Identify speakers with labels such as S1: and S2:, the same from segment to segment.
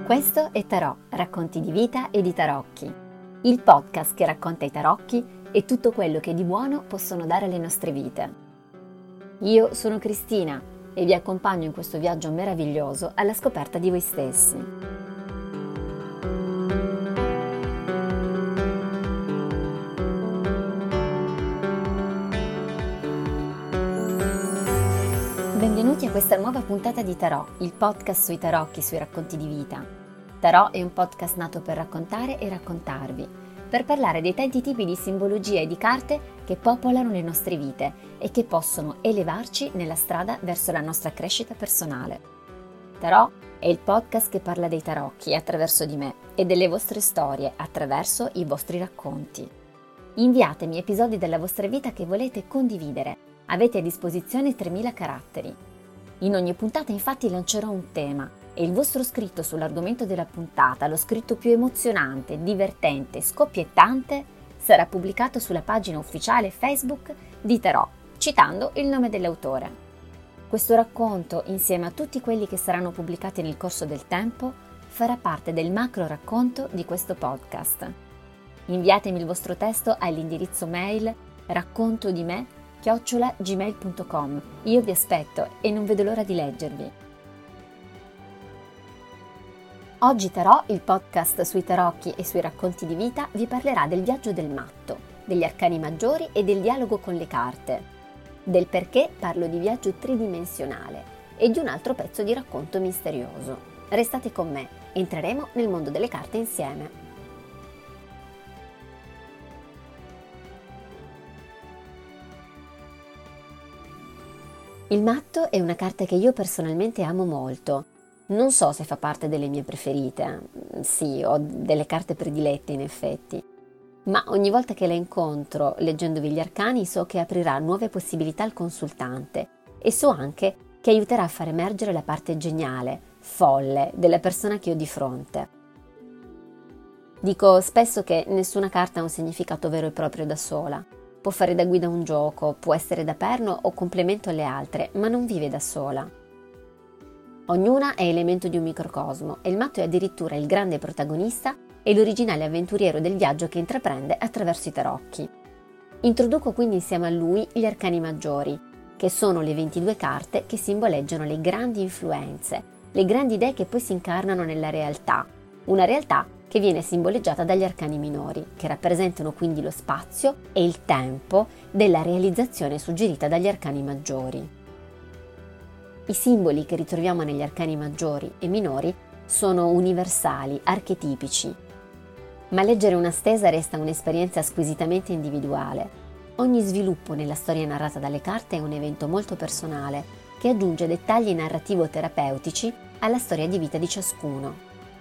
S1: Questo è Tarò, racconti di vita e di tarocchi, il podcast che racconta i tarocchi e tutto quello che di buono possono dare alle nostre vite. Io sono Cristina e vi accompagno in questo viaggio meraviglioso alla scoperta di voi stessi. Benvenuti a questa nuova puntata di Tarò, il podcast sui tarocchi, sui racconti di vita. Tarò è un podcast nato per raccontare e raccontarvi, per parlare dei tanti tipi di simbologie e di carte che popolano le nostre vite e che possono elevarci nella strada verso la nostra crescita personale. Tarò è il podcast che parla dei tarocchi attraverso di me e delle vostre storie attraverso i vostri racconti. Inviatemi episodi della vostra vita che volete condividere. Avete a disposizione 3000 caratteri. In ogni puntata infatti lancerò un tema e il vostro scritto sull'argomento della puntata, lo scritto più emozionante, divertente, scoppiettante, sarà pubblicato sulla pagina ufficiale Facebook di Tarò, citando il nome dell'autore. Questo racconto, insieme a tutti quelli che saranno pubblicati nel corso del tempo, farà parte del macro racconto di questo podcast. Inviatemi il vostro testo all'indirizzo mail raccontodime@gmail.com. Io vi aspetto e non vedo l'ora di leggervi. Oggi Tarò, il podcast sui tarocchi e sui racconti di vita, vi parlerà del viaggio del matto, degli arcani maggiori e del dialogo con le carte, del perché parlo di viaggio tridimensionale e di un altro pezzo di racconto misterioso. Restate con me, entreremo nel mondo delle carte insieme. Il matto è una carta che io personalmente amo molto. Non so se fa parte delle mie preferite, sì, ho delle carte predilette in effetti, ma ogni volta che la incontro leggendovi gli arcani so che aprirà nuove possibilità al consultante e so anche che aiuterà a far emergere la parte geniale, folle della persona che ho di fronte. Dico spesso che nessuna carta ha un significato vero e proprio da sola. Può fare da guida a un gioco, può essere da perno o complemento alle altre, ma non vive da sola. Ognuna è elemento di un microcosmo e il matto è addirittura il grande protagonista e l'originale avventuriero del viaggio che intraprende attraverso i tarocchi. Introduco quindi insieme a lui gli arcani maggiori, che sono le 22 carte che simboleggiano le grandi influenze, le grandi idee che poi si incarnano nella realtà, una realtà che viene simboleggiata dagli arcani minori, che rappresentano quindi lo spazio e il tempo della realizzazione suggerita dagli arcani maggiori. I simboli che ritroviamo negli arcani maggiori e minori sono universali, archetipici, ma leggere una stesa resta un'esperienza squisitamente individuale. Ogni sviluppo nella storia narrata dalle carte è un evento molto personale che aggiunge dettagli narrativo-terapeutici alla storia di vita di ciascuno.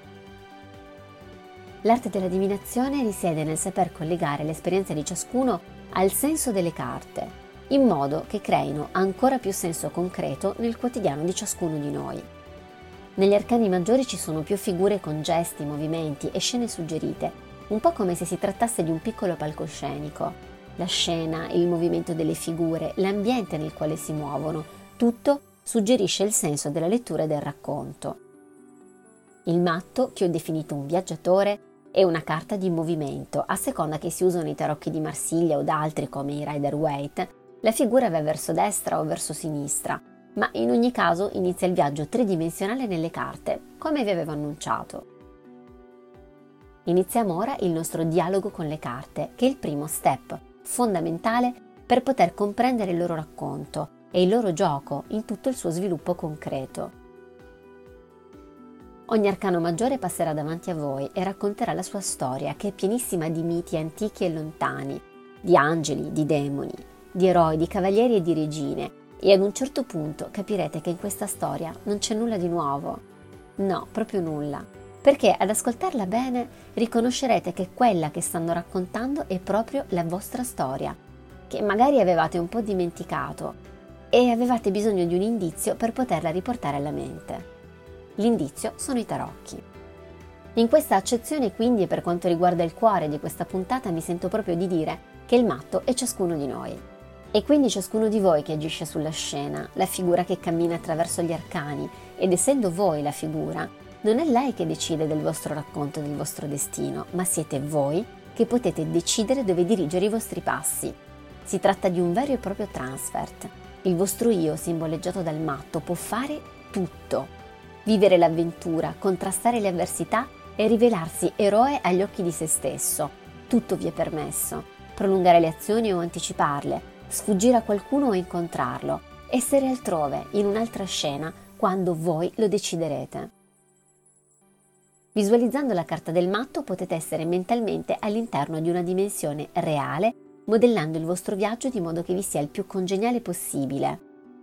S1: L'arte della divinazione risiede nel saper collegare l'esperienza di ciascuno al senso delle carte, in modo che creino ancora più senso concreto nel quotidiano di ciascuno di noi. Negli arcani maggiori ci sono più figure con gesti, movimenti e scene suggerite, un po' come se si trattasse di un piccolo palcoscenico. La scena, il movimento delle figure, l'ambiente nel quale si muovono, tutto suggerisce il senso della lettura e del racconto. Il matto, che ho definito un viaggiatore, è una carta di movimento, a seconda che si usano i tarocchi di Marsiglia o da altri come i Rider-Waite. La figura va verso destra o verso sinistra, ma in ogni caso inizia il viaggio tridimensionale nelle carte, come vi avevo annunciato. Iniziamo ora il nostro dialogo con le carte, che è il primo step fondamentale per poter comprendere il loro racconto e il loro gioco in tutto il suo sviluppo concreto. Ogni arcano maggiore passerà davanti a voi e racconterà la sua storia, che è pienissima di miti antichi e lontani, di angeli, di demoni, di eroi, di cavalieri e di regine, e ad un certo punto capirete che in questa storia non c'è nulla di nuovo. No, proprio nulla. Perché ad ascoltarla bene riconoscerete che quella che stanno raccontando è proprio la vostra storia, che magari avevate un po' dimenticato e avevate bisogno di un indizio per poterla riportare alla mente. L'indizio sono i tarocchi. In questa accezione quindi e per quanto riguarda il cuore di questa puntata mi sento proprio di dire che il matto è ciascuno di noi. È quindi ciascuno di voi che agisce sulla scena, la figura che cammina attraverso gli arcani, ed essendo voi la figura, Non è lei che decide del vostro racconto, del vostro destino, ma siete voi che potete decidere dove dirigere i vostri passi. Si tratta di un vero e proprio transfert. Il vostro io, simboleggiato dal matto, può fare tutto. Vivere l'avventura, contrastare le avversità e rivelarsi eroe agli occhi di se stesso. Tutto vi è permesso. Prolungare le azioni o anticiparle, sfuggire a qualcuno o incontrarlo, essere altrove, in un'altra scena, quando voi lo deciderete. Visualizzando la carta del matto potete essere mentalmente all'interno di una dimensione reale, modellando il vostro viaggio di modo che vi sia il più congeniale possibile.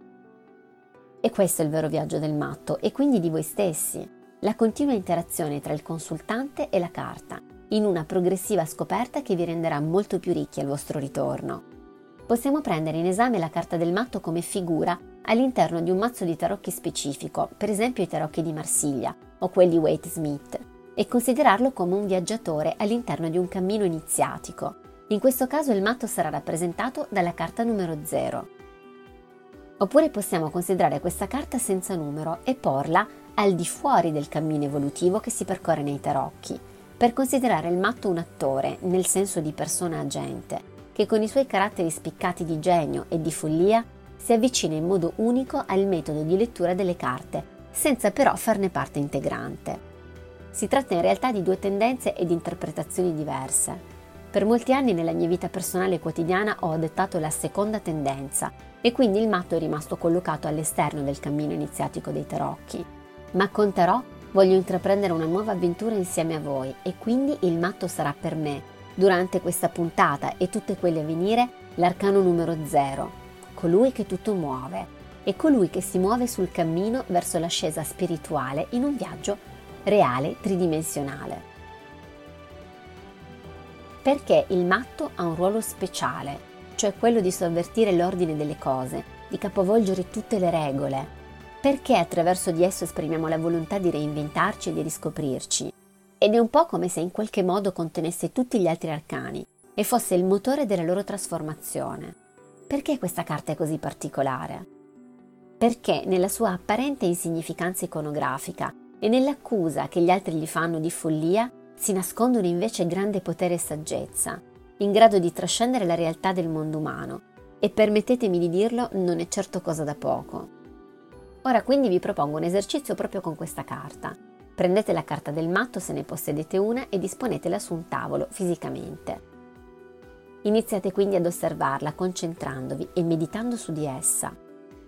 S1: E questo è il vero viaggio del matto, e quindi di voi stessi, la continua interazione tra il consultante e la carta, in una progressiva scoperta che vi renderà molto più ricchi al vostro ritorno. Possiamo prendere in esame la carta del matto come figura all'interno di un mazzo di tarocchi specifico, per esempio i tarocchi di Marsiglia o quelli Waite Smith, e considerarlo come un viaggiatore all'interno di un cammino iniziatico. In questo caso il matto sarà rappresentato dalla carta numero 0. Oppure possiamo considerare questa carta senza numero e porla al di fuori del cammino evolutivo che si percorre nei tarocchi, per considerare il matto un attore, nel senso di persona agente, che con i suoi caratteri spiccati di genio e di follia si avvicina in modo unico al metodo di lettura delle carte, senza però farne parte integrante. Si tratta in realtà di due tendenze ed interpretazioni diverse. Per molti anni nella mia vita personale e quotidiana ho adottato la seconda tendenza e quindi il matto è rimasto collocato all'esterno del cammino iniziatico dei tarocchi. Ma con Tarot voglio intraprendere una nuova avventura insieme a voi e quindi il matto sarà per me, durante questa puntata e tutte quelle a venire, l'arcano numero 0, colui che tutto muove, e colui che si muove sul cammino verso l'ascesa spirituale in un viaggio reale tridimensionale. Perché il matto ha un ruolo speciale, cioè quello di sovvertire l'ordine delle cose, di capovolgere tutte le regole. Perché attraverso di esso esprimiamo la volontà di reinventarci e di riscoprirci. Ed è un po' come se in qualche modo contenesse tutti gli altri arcani e fosse il motore della loro trasformazione. Perché questa carta è così particolare? Perché nella sua apparente insignificanza iconografica e nell'accusa che gli altri gli fanno di follia si nascondono invece grande potere e saggezza, in grado di trascendere la realtà del mondo umano, e permettetemi di dirlo, non è certo cosa da poco. Ora quindi vi propongo un esercizio proprio con questa carta. Prendete la carta del matto se ne possedete una e disponetela su un tavolo fisicamente. Iniziate quindi ad osservarla concentrandovi e meditando su di essa.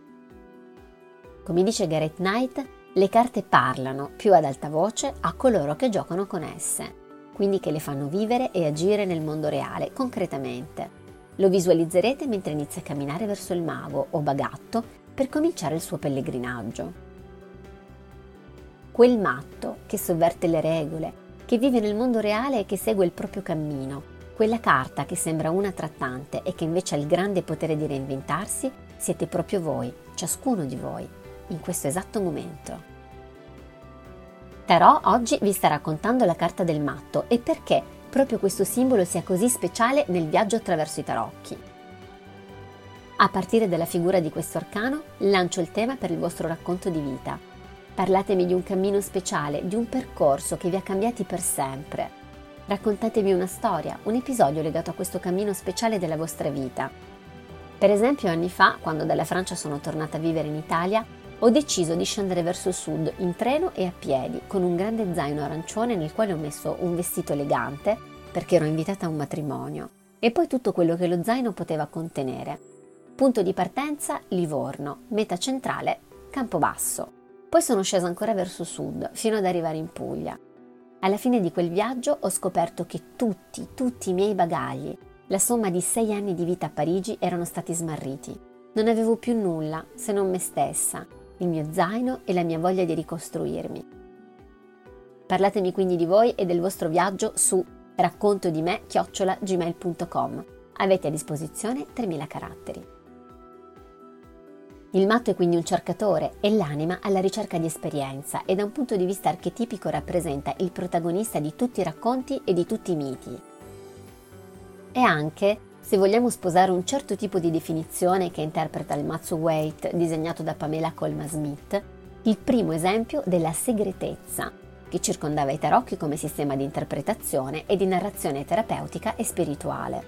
S1: Come dice Gareth Knight, le carte parlano più ad alta voce a coloro che giocano con esse, quindi che le fanno vivere e agire nel mondo reale, concretamente. Lo visualizzerete mentre inizia a camminare verso il mago o bagatto per cominciare il suo pellegrinaggio. Quel matto che sovverte le regole, che vive nel mondo reale e che segue il proprio cammino, quella carta che sembra una tra tante e che invece ha il grande potere di reinventarsi, siete proprio voi, ciascuno di voi, in questo esatto momento. Tarot oggi vi sta raccontando la carta del matto e perché proprio questo simbolo sia così speciale nel viaggio attraverso i tarocchi. A partire dalla figura di questo arcano, lancio il tema per il vostro racconto di vita. Parlatemi di un cammino speciale, di un percorso che vi ha cambiati per sempre. Raccontatemi una storia, un episodio legato a questo cammino speciale della vostra vita. Per esempio, anni fa, quando dalla Francia sono tornata a vivere in Italia, ho deciso di scendere verso il sud in treno e a piedi, con un grande zaino arancione nel quale ho messo un vestito elegante, perché ero invitata a un matrimonio, e poi tutto quello che lo zaino poteva contenere. Punto di partenza Livorno, meta centrale Campobasso. Poi sono scesa ancora verso sud, fino ad arrivare in Puglia. Alla fine di quel viaggio ho scoperto che tutti i miei bagagli, la somma di 6 anni di vita a Parigi, erano stati smarriti. Non avevo più nulla, se non me stessa, il mio zaino e la mia voglia di ricostruirmi. Parlatemi quindi di voi e del vostro viaggio su raccontodime@gmail.com. Avete a disposizione 3000 caratteri. Il matto è quindi un cercatore e l'anima alla ricerca di esperienza e da un punto di vista archetipico rappresenta il protagonista di tutti i racconti e di tutti i miti. E anche, se vogliamo sposare un certo tipo di definizione che interpreta il mazzo Waite disegnato da Pamela Colman Smith, il primo esempio della segretezza che circondava i tarocchi come sistema di interpretazione e di narrazione terapeutica e spirituale.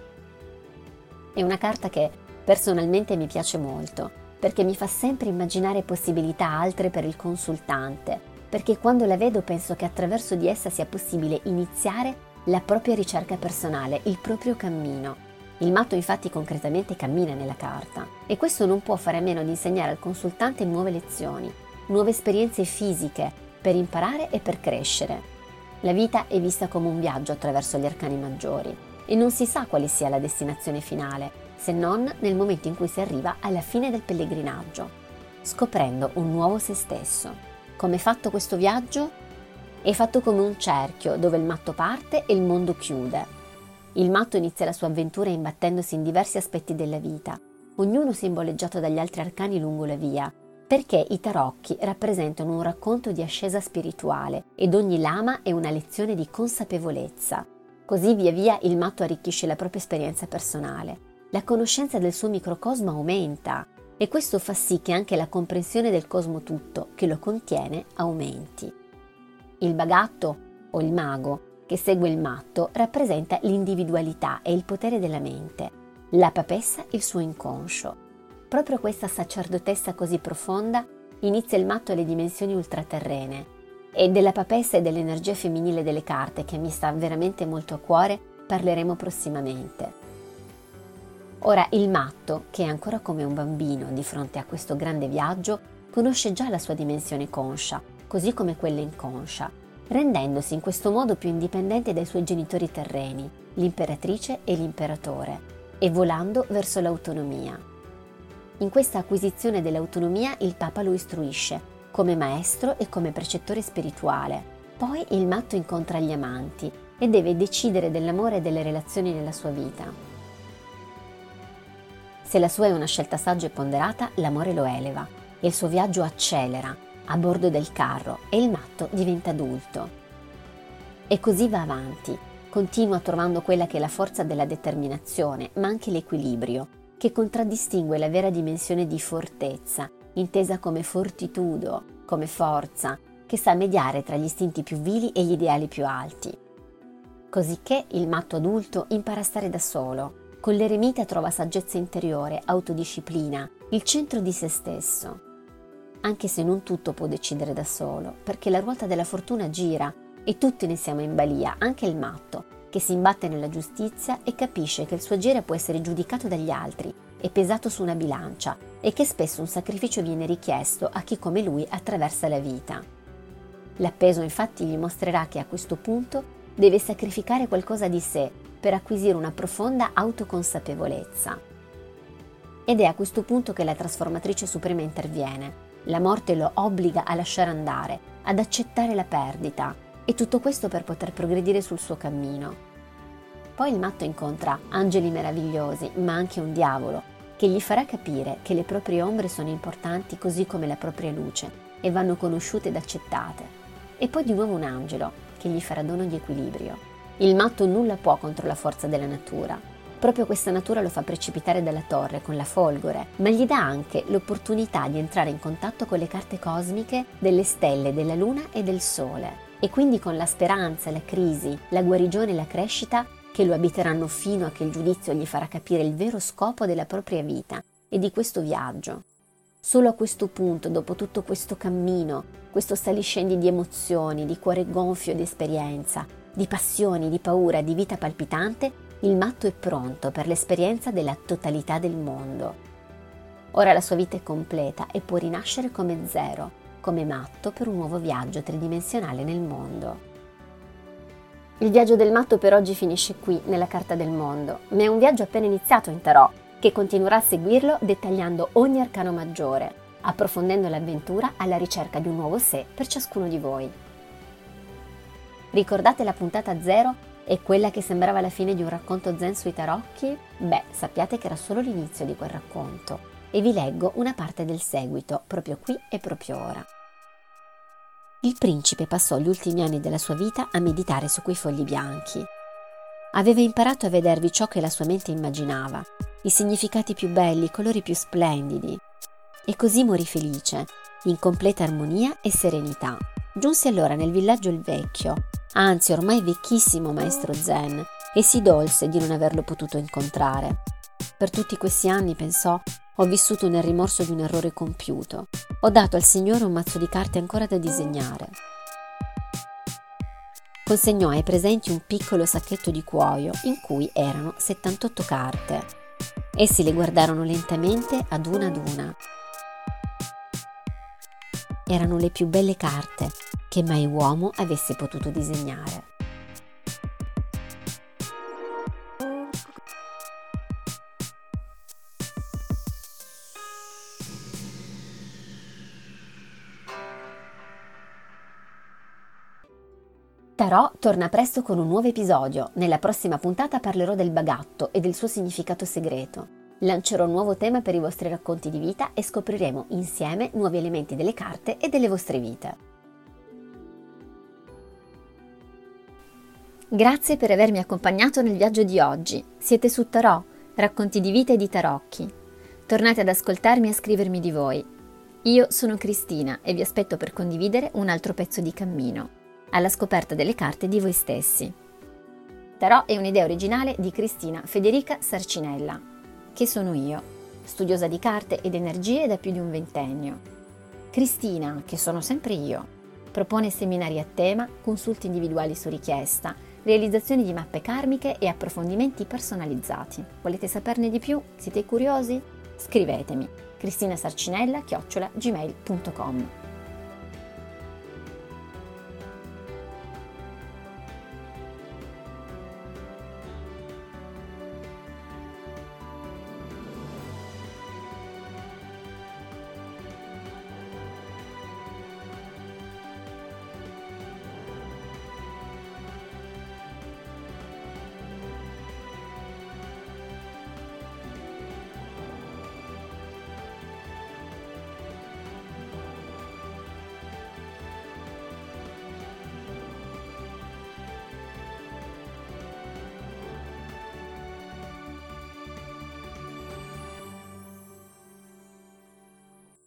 S1: È una carta che personalmente mi piace molto, perché mi fa sempre immaginare possibilità altre per il consultante, perché quando la vedo penso che attraverso di essa sia possibile iniziare la propria ricerca personale, il proprio cammino. Il matto infatti concretamente cammina nella carta e questo non può fare a meno di insegnare al consultante nuove lezioni, nuove esperienze fisiche per imparare e per crescere. La vita è vista come un viaggio attraverso gli arcani maggiori e non si sa quale sia la destinazione finale, se non nel momento in cui si arriva alla fine del pellegrinaggio, scoprendo un nuovo se stesso. Come è fatto questo viaggio? È fatto come un cerchio dove il matto parte e il mondo chiude. Il matto inizia la sua avventura imbattendosi in diversi aspetti della vita, ognuno simboleggiato dagli altri arcani lungo la via, perché i tarocchi rappresentano un racconto di ascesa spirituale ed ogni lama è una lezione di consapevolezza. Così via via il matto arricchisce la propria esperienza personale. La conoscenza del suo microcosmo aumenta e questo fa sì che anche la comprensione del cosmo tutto che lo contiene aumenti. Il bagatto o il mago che segue il matto rappresenta l'individualità e il potere della mente, la papessa il suo inconscio. Proprio questa sacerdotessa così profonda inizia il matto alle dimensioni ultraterrene e della papessa e dell'energia femminile delle carte, che mi sta veramente molto a cuore, parleremo prossimamente. Ora il matto, che è ancora come un bambino di fronte a questo grande viaggio, conosce già la sua dimensione conscia, così come quella inconscia, rendendosi in questo modo più indipendente dai suoi genitori terreni, l'imperatrice e l'imperatore, e volando verso l'autonomia. In questa acquisizione dell'autonomia il Papa lo istruisce, come maestro e come precettore spirituale. Poi il matto incontra gli amanti e deve decidere dell'amore e delle relazioni nella sua vita. Se la sua è una scelta saggia e ponderata, l'amore lo eleva e il suo viaggio accelera a bordo del carro e il matto diventa adulto. E così va avanti, continua trovando quella che è la forza della determinazione, ma anche l'equilibrio, che contraddistingue la vera dimensione di fortezza, intesa come fortitudo, come forza, che sa mediare tra gli istinti più vili e gli ideali più alti. Cosicché il matto adulto impara a stare da solo, con l'eremita trova saggezza interiore, autodisciplina, il centro di se stesso. Anche se non tutto può decidere da solo, perché la ruota della fortuna gira e tutti ne siamo in balia, anche il matto, che si imbatte nella giustizia e capisce che il suo agire può essere giudicato dagli altri e pesato su una bilancia e che spesso un sacrificio viene richiesto a chi come lui attraversa la vita. L'appeso infatti gli mostrerà che a questo punto deve sacrificare qualcosa di sé per acquisire una profonda autoconsapevolezza. Ed è a questo punto che la trasformatrice suprema interviene. La morte lo obbliga a lasciare andare, ad accettare la perdita, e tutto questo per poter progredire sul suo cammino. Poi il matto incontra angeli meravigliosi, ma anche un diavolo, che gli farà capire che le proprie ombre sono importanti così come la propria luce e vanno conosciute ed accettate. E poi di nuovo un angelo, che gli farà dono di equilibrio. Il matto nulla può contro la forza della natura. Proprio questa natura lo fa precipitare dalla torre con la folgore, ma gli dà anche l'opportunità di entrare in contatto con le carte cosmiche delle stelle, della luna e del sole, e quindi con la speranza, la crisi, la guarigione e la crescita che lo abiteranno fino a che il giudizio gli farà capire il vero scopo della propria vita e di questo viaggio. Solo a questo punto, dopo tutto questo cammino, questo saliscendi di emozioni, di cuore gonfio di esperienza, di passioni, di paura, di vita palpitante, il matto è pronto per l'esperienza della totalità del mondo. Ora la sua vita è completa e può rinascere come zero, come matto per un nuovo viaggio tridimensionale nel mondo. Il viaggio del matto per oggi finisce qui, nella carta del mondo, ma è un viaggio appena iniziato in tarot, che continuerà a seguirlo dettagliando ogni arcano maggiore, approfondendo l'avventura alla ricerca di un nuovo sé per ciascuno di voi. Ricordate la puntata 0? E quella che sembrava la fine di un racconto zen sui tarocchi? Beh, sappiate che era solo l'inizio di quel racconto e vi leggo una parte del seguito, proprio qui e proprio ora. Il principe passò gli ultimi anni della sua vita a meditare su quei fogli bianchi. Aveva imparato a vedervi ciò che la sua mente immaginava, i significati più belli, i colori più splendidi. E così morì felice, in completa armonia e serenità. Giunse allora nel villaggio il vecchio, anzi ormai vecchissimo maestro Zen, e si dolse di non averlo potuto incontrare. Per tutti questi anni, pensò, ho vissuto nel rimorso di un errore compiuto. Ho dato al Signore un mazzo di carte ancora da disegnare. Consegnò ai presenti un piccolo sacchetto di cuoio in cui erano 78 carte. Essi le guardarono lentamente ad una. Erano le più belle carte che mai uomo avesse potuto disegnare. Tarot torna presto con un nuovo episodio. Nella prossima puntata parlerò del bagatto e del suo significato segreto. Lancerò un nuovo tema per i vostri racconti di vita e scopriremo insieme nuovi elementi delle carte e delle vostre vite. Grazie per avermi accompagnato nel viaggio di oggi. Siete su Tarot, racconti di vita e di tarocchi. Tornate ad ascoltarmi e a scrivermi di voi. Io sono Cristina e vi aspetto per condividere un altro pezzo di cammino alla scoperta delle carte di voi stessi. Tarot è un'idea originale di Cristina Federica Sarcinella, che sono io, studiosa di carte ed energie da più di un ventennio. Cristina, che sono sempre io, propone seminari a tema, consulti individuali su richiesta, realizzazioni di mappe karmiche e approfondimenti personalizzati. Volete saperne di più? Siete curiosi? Scrivetemi cristinasarcinella@gmail.com.